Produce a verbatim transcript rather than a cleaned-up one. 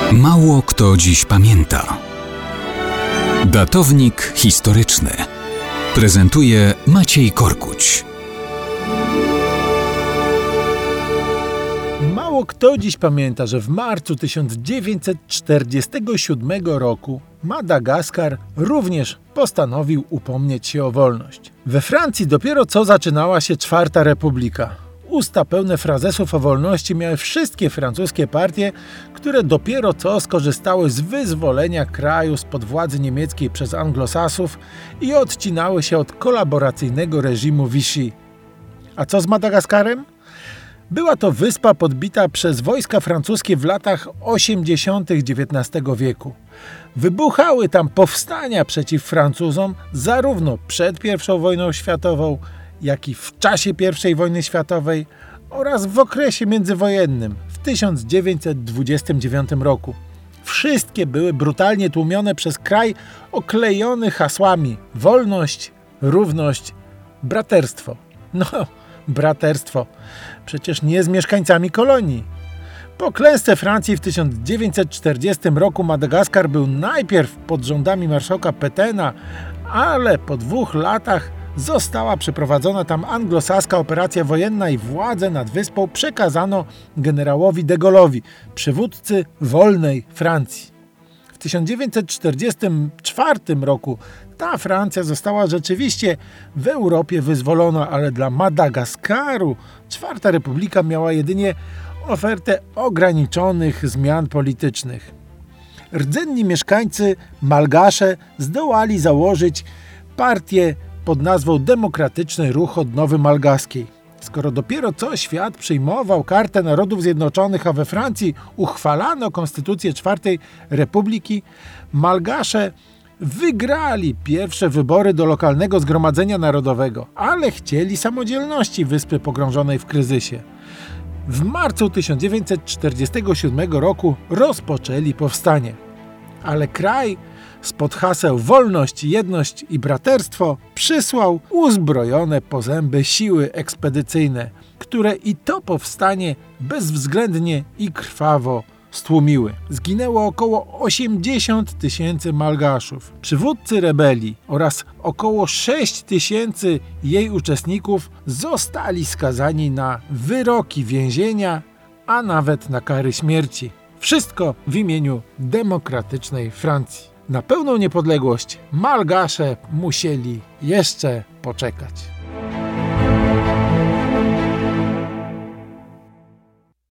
Mało kto dziś pamięta. Datownik historyczny prezentuje Maciej Korkuć. Mało kto dziś pamięta, że w marcu tysiąc dziewięćset czterdziestego siódmego roku Madagaskar również postanowił upomnieć się o wolność. We Francji dopiero co zaczynała się Czwarta Republika. Usta pełne frazesów o wolności miały wszystkie francuskie partie, które dopiero co skorzystały z wyzwolenia kraju spod władzy niemieckiej przez anglosasów i odcinały się od kolaboracyjnego reżimu Vichy. A co z Madagaskarem? Była to wyspa podbita przez wojska francuskie w latach osiemdziesiątych dziewiętnastego wieku. Wybuchały tam powstania przeciw Francuzom zarówno przed pierwszą wojną światową, jak i w czasie pierwszej wojny światowej oraz w okresie międzywojennym w tysiąc dziewięćset dwudziestym dziewiątym roku. Wszystkie były brutalnie tłumione przez kraj oklejony hasłami wolność, równość, braterstwo. No, braterstwo. Przecież nie z mieszkańcami kolonii. Po klęsce Francji w tysiąc dziewięćset czterdziestym roku Madagaskar był najpierw pod rządami marszałka Pétaina, ale po dwóch latach została przeprowadzona tam anglosaska operacja wojenna i władzę nad wyspą przekazano generałowi de Gaulle'owi, przywódcy wolnej Francji. W tysiąc dziewięćset czterdziestym czwartym roku ta Francja została rzeczywiście w Europie wyzwolona, ale dla Madagaskaru Czwarta Republika miała jedynie ofertę ograniczonych zmian politycznych. Rdzenni mieszkańcy Malgasze zdołali założyć partię pod nazwą Demokratyczny Ruch Odnowy Malgaskiej. Skoro dopiero co świat przyjmował Kartę Narodów Zjednoczonych, a we Francji uchwalano Konstytucję Czwartej Republiki, Malgasze wygrali pierwsze wybory do lokalnego Zgromadzenia Narodowego, ale chcieli samodzielności wyspy pogrążonej w kryzysie. W marcu tysiąc dziewięćset czterdziestego siódmego roku rozpoczęli powstanie. Ale kraj spod haseł wolność, jedność i braterstwo przysłał uzbrojone po zęby siły ekspedycyjne, które i to powstanie bezwzględnie i krwawo stłumiły. Zginęło około osiemdziesiąt tysięcy Malgaszów. Przywódcy rebelii oraz około sześć tysięcy jej uczestników zostali skazani na wyroki więzienia, a nawet na kary śmierci. Wszystko w imieniu demokratycznej Francji. Na pełną niepodległość Malgasze musieli jeszcze poczekać.